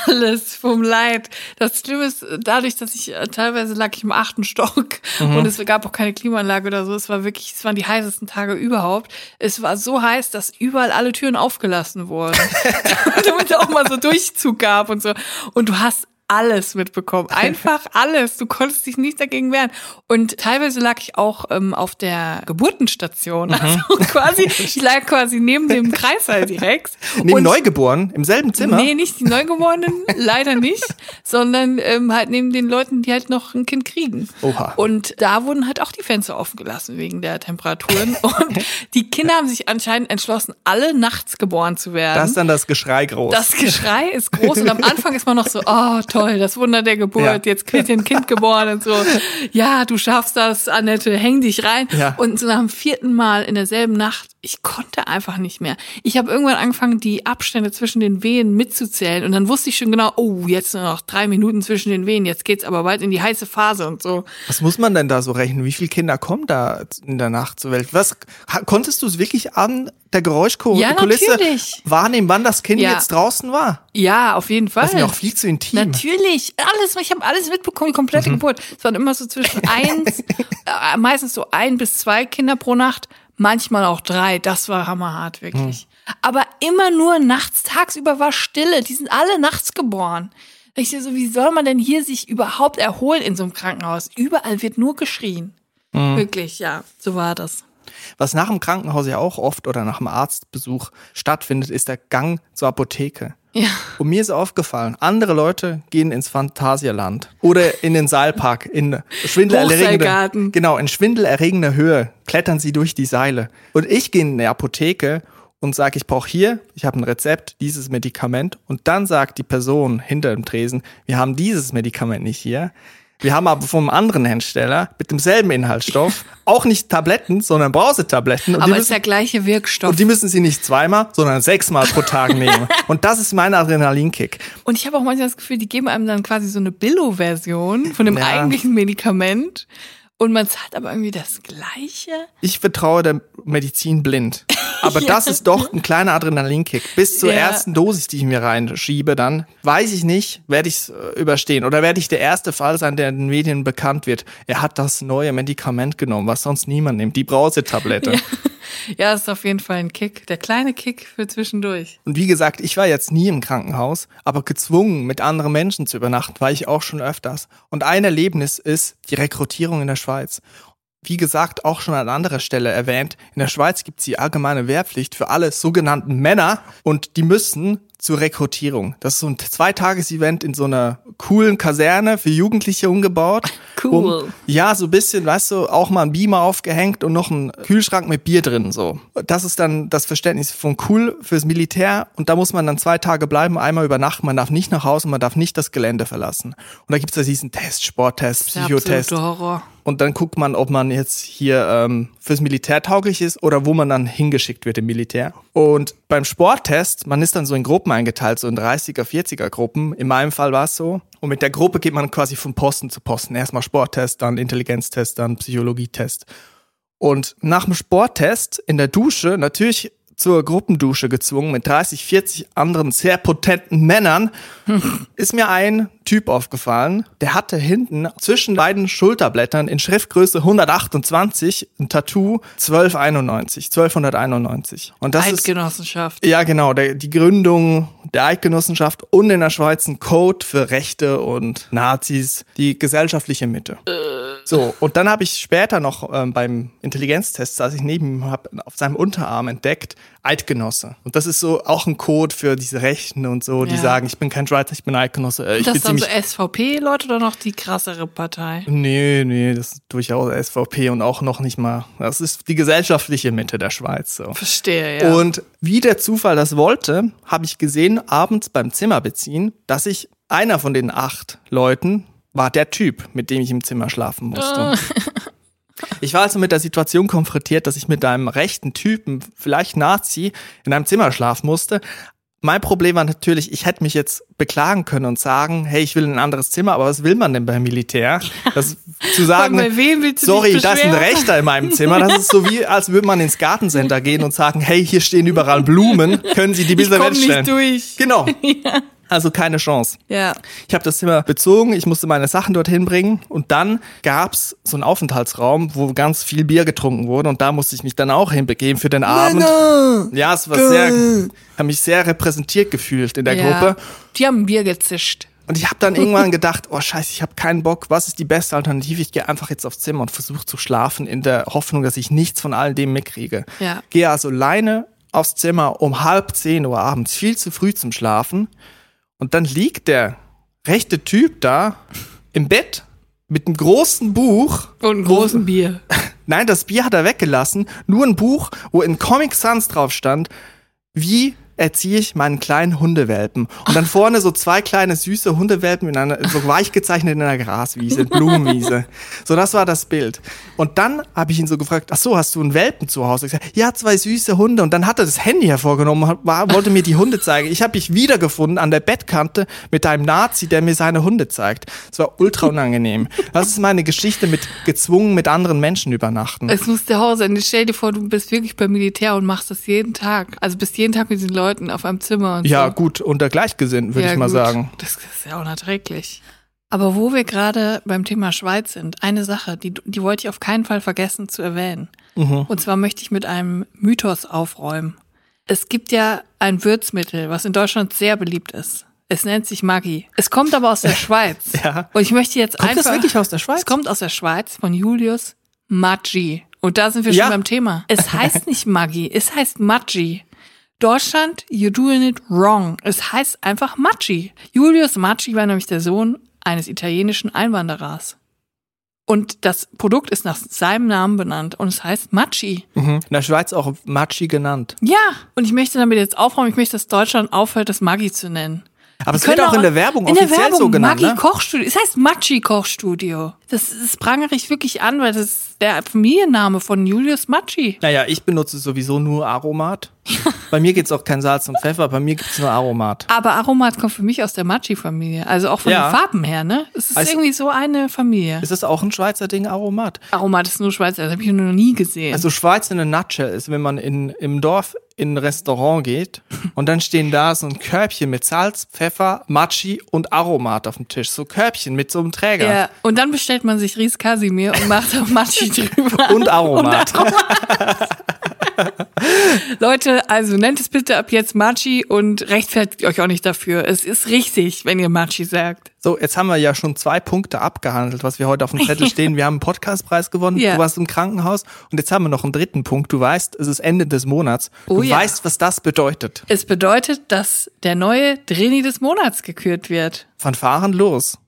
alles vom Leid. Das Schlimme ist, dadurch, dass ich äh, teilweise lag ich im achten Stock mhm. und es gab auch keine Klimaanlage oder so. Es war wirklich, es waren die heißesten Tage überhaupt. Es war so heiß, dass überall alle Türen aufgelassen wurden. Damit es auch mal so Durchzug gab und so. Und du hast alles mitbekommen. Einfach alles. Du konntest dich nicht dagegen wehren. Und teilweise lag ich auch ähm, auf der Geburtenstation. Mhm. Also quasi, ich lag quasi neben dem Kreißsaal direkt. Neben und Neugeborenen? Im selben Zimmer? Nee, nicht die Neugeborenen, leider nicht, sondern ähm, halt neben den Leuten, die halt noch ein Kind kriegen. Oha. Und da wurden halt auch die Fenster offen gelassen wegen der Temperaturen. Und die Kinder haben sich anscheinend entschlossen, alle nachts geboren zu werden. Das ist dann das Geschrei groß. Das Geschrei ist groß und am Anfang ist man noch so, oh, toll, das Wunder der Geburt, ja. Jetzt wird dir ein Kind geboren und so. Ja, du schaffst das, Annette, häng dich rein. Ja. Und so nach dem vierten Mal in derselben Nacht, ich konnte einfach nicht mehr. Ich habe irgendwann angefangen, die Abstände zwischen den Wehen mitzuzählen und dann wusste ich schon genau, oh, jetzt nur noch drei Minuten zwischen den Wehen, jetzt geht's aber bald in die heiße Phase und so. Was muss man denn da so rechnen? Wie viele Kinder kommen da in der Nacht zur Welt? Was, konntest du es wirklich an der Geräuschkulisse ja, natürlich. wahrnehmen, wann das Kind ja. jetzt draußen war? Ja, auf jeden Fall. Das ist mir auch viel zu intim. Natürlich, alles, ich habe alles mitbekommen, die komplette mhm. Geburt. Es waren immer so zwischen eins, äh, meistens so ein bis zwei Kinder pro Nacht, manchmal auch drei. Das war hammerhart, wirklich. Mhm. Aber immer nur nachts, tagsüber war Stille. Die sind alle nachts geboren. Ich so, wie soll man denn hier sich überhaupt erholen in so einem Krankenhaus? Überall wird nur geschrien. Mhm. Wirklich, ja, so war das. Was nach dem Krankenhaus ja auch oft oder nach dem Arztbesuch stattfindet, ist der Gang zur Apotheke. Ja. Und mir ist aufgefallen, andere Leute gehen ins Phantasialand oder in den Seilpark in schwindelerregender, genau, in schwindelerregender Höhe klettern sie durch die Seile. Und ich gehe in eine Apotheke und sage, ich brauche hier, ich habe ein Rezept, dieses Medikament. Und dann sagt die Person hinter dem Tresen, wir haben dieses Medikament nicht hier. Wir haben aber vom anderen Hersteller mit demselben Inhaltsstoff auch nicht Tabletten, sondern Brausetabletten. Und aber es ist der gleiche Wirkstoff. Und die müssen sie nicht zweimal, sondern sechsmal pro Tag nehmen. Und das ist mein Adrenalinkick. Und ich habe auch manchmal das Gefühl, die geben einem dann quasi so eine Billo-Version von dem ja. eigentlichen Medikament. Und man zahlt aber irgendwie das Gleiche. Ich vertraue der Medizin blind. Aber ja. das ist doch ein kleiner Adrenalinkick. Bis zur ja. ersten Dosis, die ich mir reinschiebe, dann weiß ich nicht, werde ich es überstehen. Oder werde ich der erste Fall sein, der in den Medien bekannt wird. Er hat das neue Medikament genommen, was sonst niemand nimmt. Die Brausetablette. Ja. Ja, ist auf jeden Fall ein Kick. Der kleine Kick für zwischendurch. Und wie gesagt, ich war jetzt nie im Krankenhaus, aber gezwungen, mit anderen Menschen zu übernachten, war ich auch schon öfters. Und ein Erlebnis ist die Rekrutierung in der Schweiz. Wie gesagt, auch schon an anderer Stelle erwähnt, in der Schweiz gibt es die allgemeine Wehrpflicht für alle sogenannten Männer und die müssen zur Rekrutierung. Das ist so ein Zweitages-Event in so einer coolen Kaserne für Jugendliche umgebaut. Cool. Um, ja, so ein bisschen, weißt du, auch mal ein Beamer aufgehängt und noch ein Kühlschrank mit Bier drin. So. Das ist dann das Verständnis von cool fürs Militär und da muss man dann zwei Tage bleiben, einmal übernachten, man darf nicht nach Hause, man darf nicht das Gelände verlassen. Und da gibt es ja diesen Test, Sporttest, Psychotest. Der absolute Horror. Und dann guckt man, ob man jetzt hier ähm, fürs Militär tauglich ist oder wo man dann hingeschickt wird im Militär. Und beim Sporttest, man ist dann so in Gruppen eingeteilt, so in dreißiger, vierziger Gruppen. In meinem Fall war es so. Und mit der Gruppe geht man quasi von Posten zu Posten. Erstmal Sporttest, dann Intelligenztest, dann Psychologietest. Und nach dem Sporttest in der Dusche, natürlich zur Gruppendusche gezwungen mit dreißig, vierzig anderen sehr potenten Männern, ist mir ein Typ aufgefallen, der hatte hinten zwischen beiden Schulterblättern in Schriftgröße hundertachtundzwanzig ein Tattoo zwölfhunderteinundneunzig, zwölfhunderteinundneunzig. Und das Eidgenossenschaft. Ist, ja, genau, der, die Gründung der Eidgenossenschaft und in der Schweiz ein Code für Rechte und Nazis, die gesellschaftliche Mitte. Äh. So, und dann habe ich später noch ähm, beim Intelligenztest, als ich neben ihm habe, auf seinem Unterarm entdeckt, Eidgenosse. Und das ist so auch ein Code für diese Rechten und so, die ja. sagen, ich bin kein Schweizer, ich bin Eidgenosse. Äh, ich das bin dann so S V P-Leute oder noch die krassere Partei? Nee, nee, das ist durchaus S V P und auch noch nicht mal, das ist die gesellschaftliche Mitte der Schweiz. So. Verstehe, ja. Und wie der Zufall das wollte, habe ich gesehen, abends beim Zimmerbeziehen, dass ich einer von den acht Leuten war der Typ, mit dem ich im Zimmer schlafen musste. Ich war also mit der Situation konfrontiert, dass ich mit einem rechten Typen, vielleicht Nazi, in einem Zimmer schlafen musste. Mein Problem war natürlich, ich hätte mich jetzt beklagen können und sagen, hey, ich will ein anderes Zimmer, aber was will man denn beim Militär? Das zu sagen, sorry, da ist ein Rechter in meinem Zimmer, das ist so wie, als würde man ins Gartencenter gehen und sagen, hey, hier stehen überall Blumen, können Sie die Bilder wegstellen? Ich komm nicht durch. Genau. Ja. Also keine Chance. Ja. Ich habe das Zimmer bezogen, ich musste meine Sachen dorthin bringen und dann gab's so einen Aufenthaltsraum, wo ganz viel Bier getrunken wurde und da musste ich mich dann auch hinbegeben für den Abend. Männer! Ja, es war sehr, habe mich sehr repräsentiert gefühlt in der Ja. Gruppe. Die haben ein Bier gezischt. Und ich habe dann irgendwann gedacht, oh scheiße, ich habe keinen Bock, was ist die beste Alternative? Ich gehe einfach jetzt aufs Zimmer und versuche zu schlafen in der Hoffnung, dass ich nichts von all dem mitkriege. Ja. Gehe also alleine aufs Zimmer um halb zehn Uhr abends, viel zu früh zum Schlafen. Und dann liegt der rechte Typ da im Bett mit einem großen Buch. Und einem großen Bier. Nein, das Bier hat er weggelassen. Nur ein Buch, wo in Comic Sans drauf stand, wie erziehe ich meinen kleinen Hundewelpen. Und dann vorne so zwei kleine süße Hundewelpen in einer, so weich gezeichnet in einer Graswiese, Blumenwiese. So, das war das Bild. Und dann habe ich ihn so gefragt, ach so, hast du einen Welpen zu Hause? Ich gesagt, ja, zwei süße Hunde. Und dann hat er das Handy hervorgenommen und war, wollte mir die Hunde zeigen. Ich habe dich wiedergefunden an der Bettkante mit einem Nazi, der mir seine Hunde zeigt. Es war ultra unangenehm. Das ist meine Geschichte mit gezwungen mit anderen Menschen übernachten. Es muss der Horror sein. Stell dir vor, du bist wirklich beim Militär und machst das jeden Tag. Also bist jeden Tag mit diesen Leuten auf einem Zimmer und Ja, so. gut, unter Gleichgesinnten, würde Ja, ich mal gut. sagen. Das ist ja unerträglich. Aber wo wir gerade beim Thema Schweiz sind, eine Sache, die, die wollte ich auf keinen Fall vergessen zu erwähnen. Mhm. Und zwar möchte ich mit einem Mythos aufräumen. Es gibt ja ein Würzmittel, was in Deutschland sehr beliebt ist. Es nennt sich Maggi. Es kommt aber aus der Schweiz. Ja. Und ich möchte jetzt Kommt einfach... das wirklich aus der Schweiz? Es kommt aus der Schweiz von Julius Maggi. Und da sind wir Ja. schon beim Thema. Es heißt nicht Maggi, es heißt Maggi. Deutschland, you're doing it wrong. Es heißt einfach Maggi. Julius Maggi war nämlich der Sohn eines italienischen Einwanderers. Und das Produkt ist nach seinem Namen benannt und es heißt Maggi. Mhm. In der Schweiz auch Maggi genannt. Ja, und ich möchte damit jetzt aufräumen, ich möchte, dass Deutschland aufhört, das Maggi zu nennen. Aber es Die wird können auch in der Werbung in offiziell der Werbung so genannt, Maggi ne? Kochstudio. Es heißt Maggi Kochstudio. Das, das prangere ich wirklich an, weil das ist der Familienname von Julius Maggi. Naja, ich benutze sowieso nur Aromat. Bei mir gibt's auch kein Salz und Pfeffer, bei mir gibt's nur Aromat. Aber Aromat kommt für mich aus der Maggi-Familie. Also auch von Ja. den Farben her, ne? Es ist Also- irgendwie so eine Familie. Ist das auch ein Schweizer Ding, Aromat? Aromat ist nur Schweizer, das habe ich noch nie gesehen. Also Schweiz in a nutshell ist, wenn man in, im Dorf in ein Restaurant geht und dann stehen da so ein Körbchen mit Salz, Pfeffer, Maggi und Aromat auf dem Tisch. So Körbchen mit so einem Träger. ja, und dann bestellt man sich Ries Casimir und macht auch Maggi drüber. Und Aromat. Und Aromat. Leute, also nennt es bitte ab jetzt Maggi und rechtfertigt euch auch nicht dafür. Es ist richtig, wenn ihr Maggi sagt. So, jetzt haben wir ja schon zwei Punkte abgehandelt, was wir heute auf dem Zettel stehen. Wir haben einen Podcastpreis gewonnen, Ja. du warst im Krankenhaus und jetzt haben wir noch einen dritten Punkt. Du weißt, es ist Ende des Monats. Oh Du ja. weißt, was das bedeutet. Es bedeutet, dass der neue Drini des Monats gekürt wird. Fanfaren los.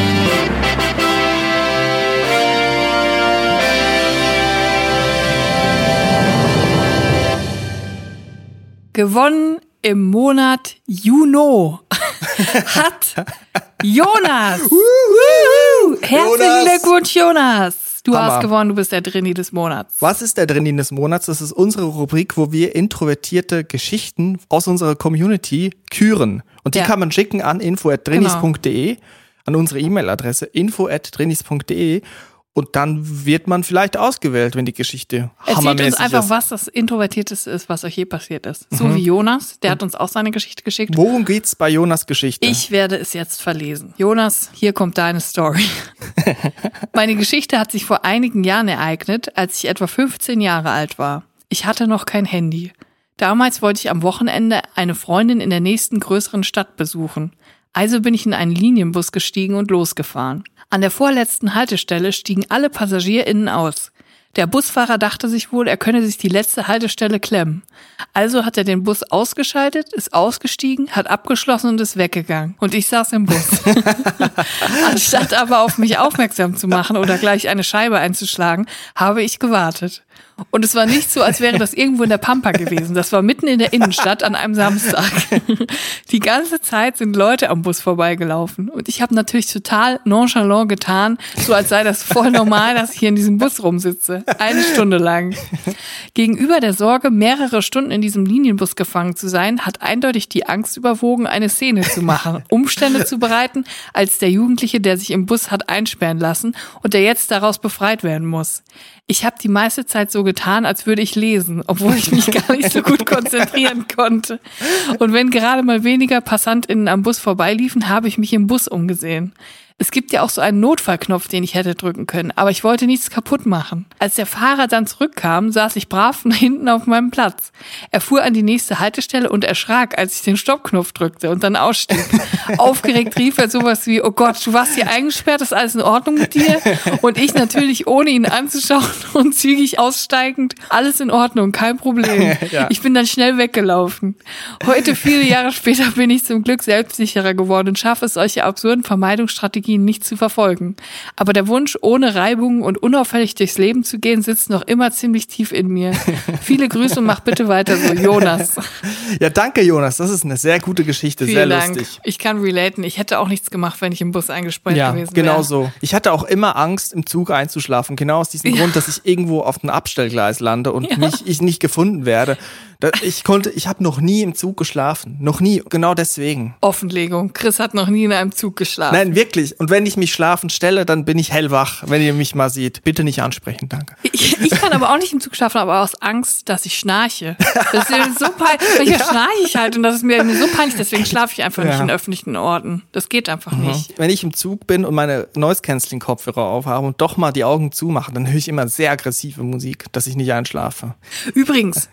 Gewonnen im Monat Juni hat Jonas. Wuhu! Herzlichen Jonas. Glückwunsch, Jonas. Du Hammer. hast gewonnen, du bist der Drini des Monats. Was ist der Drini des Monats? Das ist unsere Rubrik, wo wir introvertierte Geschichten aus unserer Community küren. Und die Ja. kann man schicken an info at drinis punkt de, an unsere E-Mail-Adresse info at drinis punkt de. Und dann wird man vielleicht ausgewählt, wenn die Geschichte Erzählt hammermäßig uns einfach, ist. was das Introvertierteste ist, was euch je passiert ist. So wie Jonas, der hat uns auch seine Geschichte geschickt. Worum geht's bei Jonas Geschichte? Ich werde es jetzt verlesen. Jonas, hier kommt deine Story. Meine Geschichte hat sich vor einigen Jahren ereignet, als ich etwa fünfzehn Jahre alt war. Ich hatte noch kein Handy. Damals wollte ich am Wochenende eine Freundin in der nächsten größeren Stadt besuchen. Also bin ich in einen Linienbus gestiegen und losgefahren. An der vorletzten Haltestelle stiegen alle PassagierInnen aus. Der Busfahrer dachte sich wohl, er könne sich die letzte Haltestelle klemmen. Also hat er den Bus ausgeschaltet, ist ausgestiegen, hat abgeschlossen und ist weggegangen. Und ich saß im Bus. Anstatt aber auf mich aufmerksam zu machen oder gleich eine Scheibe einzuschlagen, habe ich gewartet. Und es war nicht so, als wäre das irgendwo in der Pampa gewesen. Das war mitten in der Innenstadt an einem Samstag. Die ganze Zeit sind Leute am Bus vorbeigelaufen. Und ich habe natürlich total nonchalant getan, so als sei das voll normal, dass ich hier in diesem Bus rumsitze. Eine Stunde lang. Gegenüber der Sorge, mehrere Stunden in diesem Linienbus gefangen zu sein, hat eindeutig die Angst überwogen, eine Szene zu machen, Umstände zu bereiten, als der Jugendliche, der sich im Bus hat einsperren lassen und der jetzt daraus befreit werden muss. Ich habe die meiste Zeit so getan, als würde ich lesen, obwohl ich mich gar nicht so gut konzentrieren konnte. Und wenn gerade mal weniger PassantInnen am Bus vorbeiliefen, habe ich mich im Bus umgesehen. Es gibt ja auch so einen Notfallknopf, den ich hätte drücken können, aber ich wollte nichts kaputt machen. Als der Fahrer dann zurückkam, saß ich brav hinten auf meinem Platz. Er fuhr an die nächste Haltestelle und erschrak, als ich den Stoppknopf drückte und dann ausstieg. Aufgeregt rief er sowas wie, oh Gott, du warst hier eingesperrt, ist alles in Ordnung mit dir? Und ich natürlich, ohne ihn anzuschauen und zügig aussteigend, alles in Ordnung, kein Problem. Ja. Ich bin dann schnell weggelaufen. Heute, viele Jahre später, bin ich zum Glück selbstsicherer geworden und schaffe es, solche absurden Vermeidungsstrategien nicht zu verfolgen. Aber der Wunsch, ohne Reibungen und unauffällig durchs Leben zu gehen, sitzt noch immer ziemlich tief in mir. Viele Grüße und mach bitte weiter so, Jonas. Ja, danke, Jonas. Das ist eine sehr gute Geschichte, Vielen sehr Dank. lustig. Ich kann relaten. Ich hätte auch nichts gemacht, wenn ich im Bus eingesperrt ja, gewesen genau wäre. so. Ich hatte auch immer Angst, im Zug einzuschlafen. Genau aus diesem Ja. Grund, dass ich irgendwo auf einem Abstellgleis lande und Ja. mich, ich nicht gefunden werde. Da, ich konnte, ich habe noch nie im Zug geschlafen. Noch nie. Genau deswegen. Offenlegung. Chris hat noch nie in einem Zug geschlafen. Nein, wirklich. Und wenn ich mich schlafen stelle, dann bin ich hellwach, wenn ihr mich mal seht. Bitte nicht ansprechen, danke. Ich, ich kann aber auch nicht im Zug schlafen, aber aus Angst, dass ich schnarche. Das ist mir so peinlich. Manchmal schnarche ich halt und das ist mir so peinlich, deswegen schlafe ich einfach Ja. nicht in öffentlichen Orten. Das geht einfach Mhm. nicht. Wenn ich im Zug bin und meine Noise-Canceling-Kopfhörer aufhabe und doch mal die Augen zumache, dann höre ich immer sehr aggressive Musik, dass ich nicht einschlafe. Übrigens,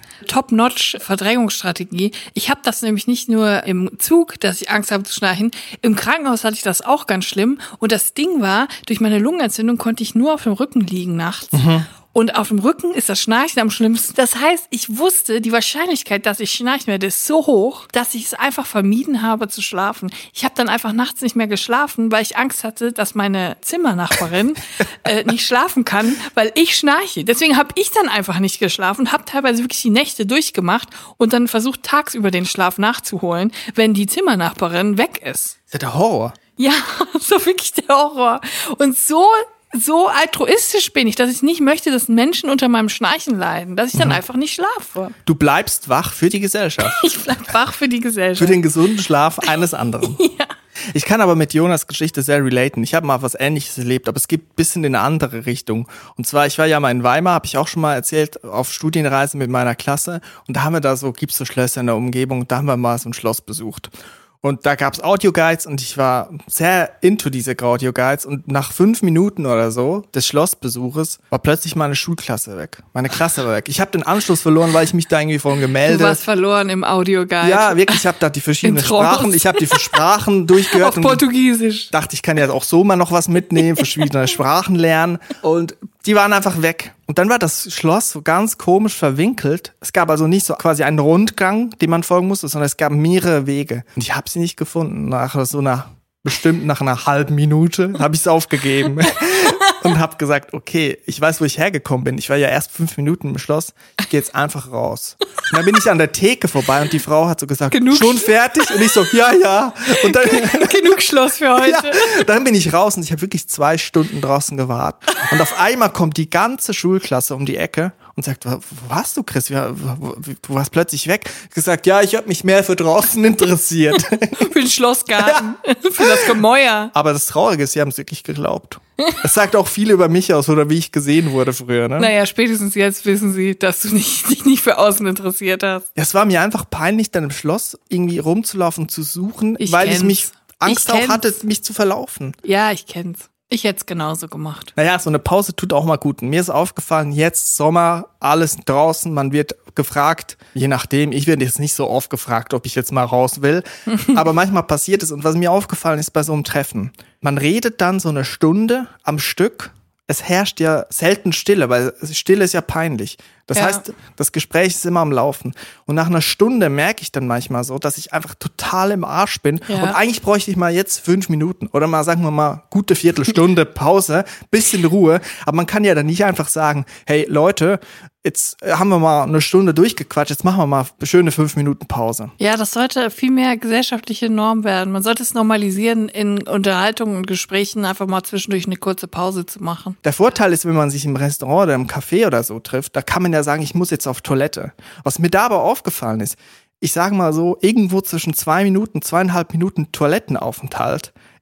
Top-Notch-Verdrängungsstrategie. Ich habe das nämlich nicht nur im Zug, dass ich Angst habe zu schnarchen. Im Krankenhaus hatte ich das auch ganz schlimm. Und das Ding war, durch meine Lungenentzündung konnte ich nur auf dem Rücken liegen nachts. Mhm. Und auf dem Rücken ist das Schnarchen am schlimmsten. Das heißt, ich wusste, die Wahrscheinlichkeit, dass ich schnarchen werde, ist so hoch, dass ich es einfach vermieden habe zu schlafen. Ich habe dann einfach nachts nicht mehr geschlafen, weil ich Angst hatte, dass meine Zimmernachbarin äh, nicht schlafen kann, weil ich schnarche. Deswegen habe ich dann einfach nicht geschlafen, habe teilweise wirklich die Nächte durchgemacht und dann versucht, tagsüber den Schlaf nachzuholen, wenn die Zimmernachbarin weg ist. Das ist ja der Horror. Ja, so wirklich der Horror. Und so so altruistisch bin ich, dass ich nicht möchte, dass Menschen unter meinem Schnarchen leiden, dass ich dann mhm. einfach nicht schlafe. Du bleibst wach für die Gesellschaft. Ich bleib wach für die Gesellschaft. Für den gesunden Schlaf eines anderen. Ja. Ich kann aber mit Jonas Geschichte sehr relaten. Ich habe mal was Ähnliches erlebt, aber es geht ein bisschen in eine andere Richtung. Und zwar, ich war ja mal in Weimar, habe ich auch schon mal erzählt, auf Studienreise mit meiner Klasse. Und da haben wir da so, gibt's so Schlösser in der Umgebung, und da haben wir mal so ein Schloss besucht. Und da gab's Audioguides und ich war sehr into diese Audioguides und nach fünf Minuten oder so des Schlossbesuches war plötzlich meine Schulklasse weg. Meine Klasse war weg. Ich habe den Anschluss verloren, weil ich mich da irgendwie vorhin gemeldet. Du warst verloren im Audioguide. Ja, wirklich, ich habe da die verschiedenen Sprachen, ich habe die Sprachen durchgehört. Auf Portugiesisch. Dachte, ich kann ja auch so mal noch was mitnehmen, verschiedene Sprachen lernen und die waren einfach weg. Und dann war das Schloss so ganz komisch verwinkelt. Es gab also nicht so quasi einen Rundgang, den man folgen musste, sondern es gab mehrere Wege. Und ich habe sie nicht gefunden. Nach so einer, bestimmt nach einer halben Minute habe ich es aufgegeben. Und habe gesagt, okay, ich weiß, wo ich hergekommen bin. Ich war ja erst fünf Minuten im Schloss. Ich gehe jetzt einfach raus. Und dann bin ich an der Theke vorbei und die Frau hat so gesagt, genug schon fertig? Und ich so, ja, ja. Und dann, genug Schloss für heute. Ja, dann bin ich raus und ich habe wirklich zwei Stunden draußen gewartet. Und auf einmal kommt die ganze Schulklasse um die Ecke und sagt, wo warst du, Chris? Du warst plötzlich weg. Ich gesagt, ja, ich habe mich mehr für draußen interessiert. Für den Schlossgarten, ja. Für das Gemäuer. Aber das Traurige ist, sie haben es wirklich geglaubt. Das sagt auch viel über mich aus oder wie ich gesehen wurde früher, ne? Naja, spätestens jetzt wissen sie, dass du nicht, dich nicht für außen interessiert hast. Ja, es war mir einfach peinlich, dann im Schloss irgendwie rumzulaufen, zu suchen, ich weil kenn's. ich mich Angst ich auch hatte, mich zu verlaufen. Ja, ich kenn's. Ich hätte es genauso gemacht. Naja, so eine Pause tut auch mal gut. Und mir ist aufgefallen, jetzt Sommer, alles draußen, man wird gefragt, je nachdem, ich werde jetzt nicht so oft gefragt, ob ich jetzt mal raus will, aber manchmal passiert es. Und was mir aufgefallen ist bei so einem Treffen, man redet dann so eine Stunde am Stück, es herrscht ja selten Stille, weil Stille ist ja peinlich. Das ja. heißt, das Gespräch ist immer am Laufen. Und nach einer Stunde merke ich dann manchmal so, dass ich einfach total im Arsch bin. Ja. Und eigentlich bräuchte ich mal jetzt fünf Minuten oder mal, sagen wir mal, gute Viertelstunde Pause, bisschen Ruhe. Aber man kann ja dann nicht einfach sagen, hey Leute, jetzt haben wir mal eine Stunde durchgequatscht, jetzt machen wir mal schöne fünf Minuten Pause. Ja, das sollte viel mehr gesellschaftliche Norm werden. Man sollte es normalisieren, in Unterhaltungen und Gesprächen einfach mal zwischendurch eine kurze Pause zu machen. Der Vorteil ist, wenn man sich im Restaurant oder im Café oder so trifft, da kann man ja sagen, ich muss jetzt auf Toilette. Was mir da aber aufgefallen ist, ich sage mal so, irgendwo zwischen zwei Minuten, zweieinhalb Minuten Toilettenaufenthalt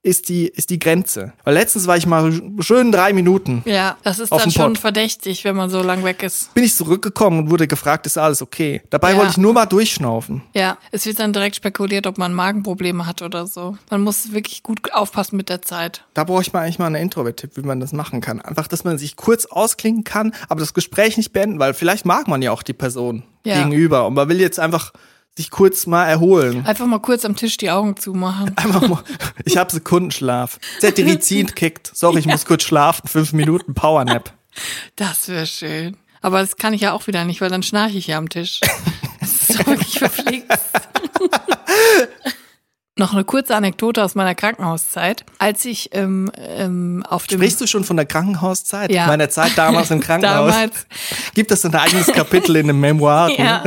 ist die, ist die Grenze. Weil letztens war ich mal schön drei Minuten. Ja, das ist auf dann dem schon Pott. verdächtig, wenn man so lang weg ist. Bin ich zurückgekommen und wurde gefragt, ist alles okay? Dabei Ja. wollte ich nur mal durchschnaufen. Ja, es wird dann direkt spekuliert, ob man Magenprobleme hat oder so. Man muss wirklich gut aufpassen mit der Zeit. Da brauche ich mal eigentlich mal einen Introvert-Tipp, wie man das machen kann. Einfach, dass man sich kurz ausklingen kann, aber das Gespräch nicht beenden, weil vielleicht mag man ja auch die Person Ja. gegenüber und man will jetzt einfach sich kurz mal erholen. Einfach mal kurz am Tisch die Augen zumachen. Einfach mal, ich habe Sekundenschlaf. Cetirizin kickt. Sorry, ich muss kurz schlafen. Fünf Minuten Powernap. Das wäre schön. Aber das kann ich ja auch wieder nicht, weil dann schnarche ich ja am Tisch. Das ist doch wirklich verpflegt. Noch eine kurze Anekdote aus meiner Krankenhauszeit. Als ich ähm, ähm, auf dem... Sprichst du schon von der Krankenhauszeit? Ja. Meiner Zeit damals im Krankenhaus. Damals. Gibt es ein eigenes Kapitel in den Memoiren? Ja.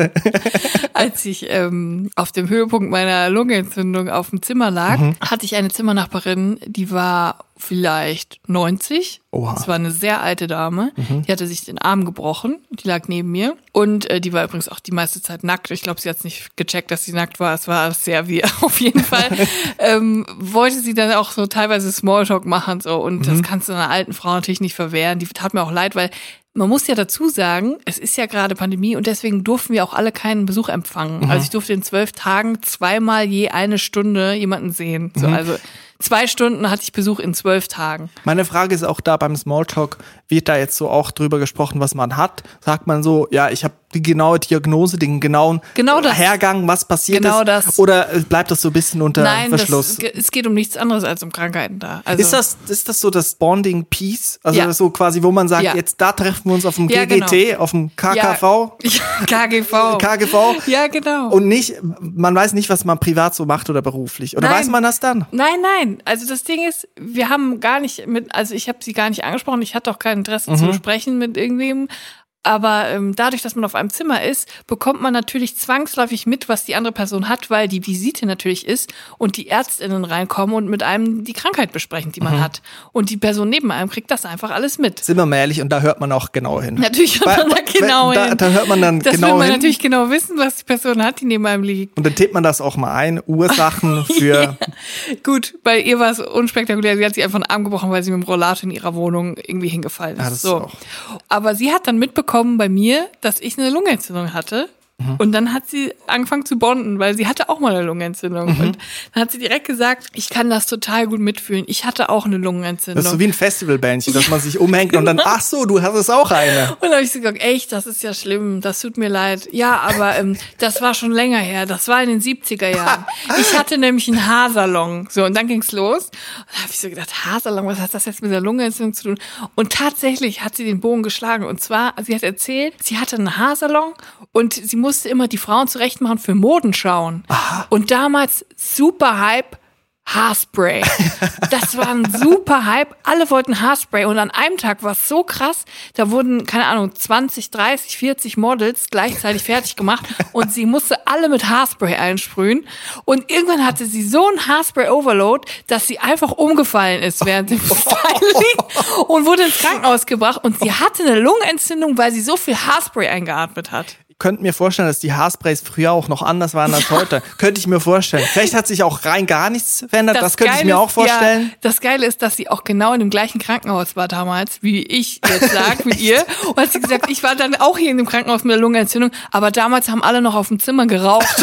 Als ich ähm, auf dem Höhepunkt meiner Lungenentzündung auf dem Zimmer lag, Mhm. hatte ich eine Zimmernachbarin, die war vielleicht neunzig. Oha. Das war eine sehr alte Dame. Mhm. Die hatte sich den Arm gebrochen. Die lag neben mir. Und äh, die war übrigens auch die meiste Zeit nackt. Ich glaube, sie hat es nicht gecheckt, dass sie nackt war. Es war sehr wir auf jeden Fall. ähm, wollte sie dann auch so teilweise Smalltalk machen. So. Und Mhm. das kannst du einer alten Frau natürlich nicht verwehren. Die tat mir auch leid, weil man muss ja dazu sagen, es ist ja gerade Pandemie und deswegen durften wir auch alle keinen Besuch empfangen. Mhm. Also ich durfte in zwölf Tagen zweimal je eine Stunde jemanden sehen. So, Mhm. also zwei Stunden hatte ich Besuch in zwölf Tagen. Meine Frage ist auch da beim Smalltalk, wird da jetzt so auch drüber gesprochen, was man hat? Sagt man so, ja, ich habe die genaue Diagnose, den genauen Genau das. Hergang, was passiert Genau ist? das. Oder bleibt das so ein bisschen unter Nein, Verschluss? das, es geht um nichts anderes als um Krankheiten da. Also, Ist das, ist das so das Bonding Piece? Also Ja. so quasi, wo man sagt, Ja. jetzt da treffen wir uns auf dem Ja, G G T, auf dem K K V, Ja, K G V. K G V Ja, genau. und nicht, man weiß nicht, was man privat so macht oder beruflich. Oder Nein. weiß man das dann? Nein, nein. Also das Ding ist, wir haben gar nicht mit, also ich habe sie gar nicht angesprochen. Ich hatte auch kein Interesse Mhm. zu sprechen mit irgendwem. Aber ähm, dadurch, dass man auf einem Zimmer ist, bekommt man natürlich zwangsläufig mit, was die andere Person hat, weil die Visite natürlich ist und die ÄrztInnen reinkommen und mit einem die Krankheit besprechen, die man Mhm. hat. Und die Person neben einem kriegt das einfach alles mit. Sind wir mal ehrlich, und da hört man auch genau hin. Natürlich hört Weil- man da genau da, hin. da hört man dann Das will genau man hin. natürlich genau wissen, was die Person hat, die neben einem liegt. Und dann tippt man das auch mal ein. Ursachen für. Ja. Gut, bei ihr war es unspektakulär. Sie hat sich einfach einen Arm gebrochen, weil sie mit dem Rollator in ihrer Wohnung irgendwie hingefallen ist. Ja, das ist so. auch- Aber sie hat dann mitbekommen bei mir, dass ich eine Lungenentzündung hatte. Mhm. Und dann hat sie angefangen zu bonden, weil sie hatte auch mal eine Lungenentzündung. Mhm. Und dann hat sie direkt gesagt, ich kann das total gut mitfühlen. Ich hatte auch eine Lungenentzündung. Das ist so wie ein Festivalbändchen, dass man sich umhängt und dann, ach so, du hast es auch eine. Und dann habe ich so gesagt, echt, das ist ja schlimm, das tut mir leid. Ja, aber ähm, das war schon länger her, das war in den siebziger Jahren. Ich hatte nämlich einen Haarsalon. So, und dann ging's los. Und da habe ich so gedacht, Haarsalon, was hat das jetzt mit der Lungenentzündung zu tun? Und tatsächlich hat sie den Bogen geschlagen. Und zwar, sie hat erzählt, sie hatte einen Haarsalon und sie musste immer die Frauen zurechtmachen für Modenschauen. Aha. Und damals super Hype, Haarspray. Das war ein super Hype. Alle wollten Haarspray. Und an einem Tag war es so krass, da wurden, keine Ahnung, zwanzig, dreißig, vierzig Models gleichzeitig fertig gemacht. Und sie musste alle mit Haarspray einsprühen. Und irgendwann hatte sie so ein Haarspray-Overload, dass sie einfach umgefallen ist während dem Styling und wurde ins Krankenhaus gebracht. Und sie hatte eine Lungenentzündung, weil sie so viel Haarspray eingeatmet hat. Ich könnte mir vorstellen, dass die Haarsprays früher auch noch anders waren als heute. Könnte ich mir vorstellen. Vielleicht hat sich auch rein gar nichts verändert. Das, könnte ich Geile mir auch ist, vorstellen. Ja, das Geile ist, dass sie auch genau in dem gleichen Krankenhaus war damals, wie ich jetzt lag mit ihr. Und hat sie gesagt, ich war dann auch hier in dem Krankenhaus mit der Lungenentzündung, aber damals haben alle noch auf dem Zimmer geraucht.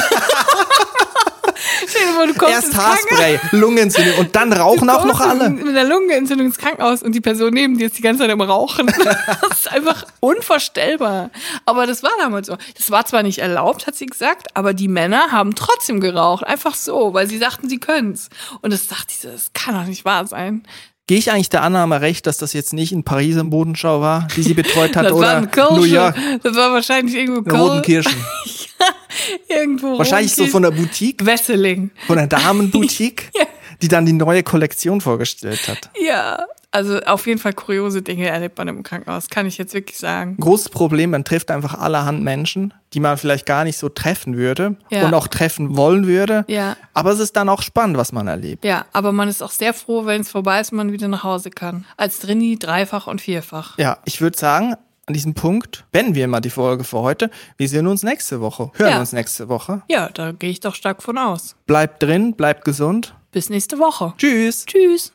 Stell dir vor, du kommst Erst ins Krankenhaus, Haarspray, Lungenentzündung und dann rauchen du auch noch kommst alle. mit der Lungenentzündung ins Krankenhaus und die Person neben dir ist die ganze Zeit am Rauchen. Das ist einfach unvorstellbar. Aber das war damals so. Das war zwar nicht erlaubt, hat sie gesagt, aber die Männer haben trotzdem geraucht. Einfach so, weil sie dachten, sie können's. Und das dachte ich so, das kann doch nicht wahr sein. Gehe ich eigentlich der Annahme recht, dass das jetzt nicht in Paris im Bodenschau war, die sie betreut hat, Das war oder in Köln. New York, Das war wahrscheinlich irgendwo in Köln. Rodenkirchen? Irgendwo Wahrscheinlich so von der Boutique, Wesseling. von der Damenboutique, Ja. die dann die neue Kollektion vorgestellt hat. Ja, also auf jeden Fall kuriose Dinge erlebt man im Krankenhaus, kann ich jetzt wirklich sagen. Großes Problem, man trifft einfach allerhand Menschen, die man vielleicht gar nicht so treffen würde Ja. und auch treffen wollen würde. Ja. Aber es ist dann auch spannend, was man erlebt. Ja, aber man ist auch sehr froh, wenn es vorbei ist und man wieder nach Hause kann. Als Drini dreifach und vierfach. Ja, ich würde sagen, an diesem Punkt beenden wir mal die Folge für heute. Wir sehen uns nächste Woche, hören Ja. uns nächste Woche. Ja, da gehe ich doch stark von aus. Bleibt drin, bleibt gesund. Bis nächste Woche. Tschüss. Tschüss.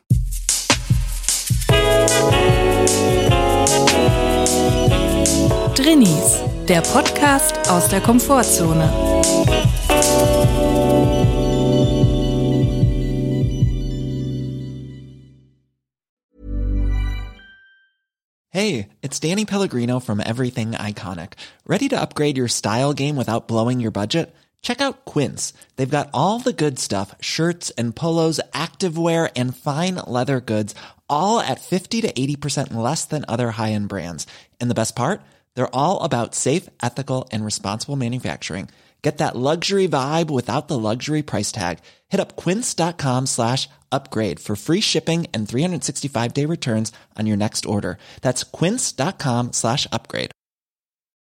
Drinnies, der Podcast aus der Komfortzone. Hey, it's Danny Pellegrino from Everything Iconic. Ready to upgrade your style game without blowing your budget? Check out Quince. They've got all the good stuff, shirts and polos, activewear, and fine leather goods, all at fifty to eighty percent less than other high-end brands. And the best part? They're all about safe, ethical, and responsible manufacturing. Get that luxury vibe without the luxury price tag. Hit up quince.com slash upgrade for free shipping and three sixty-five day returns on your next order. That's quince.com slash upgrade.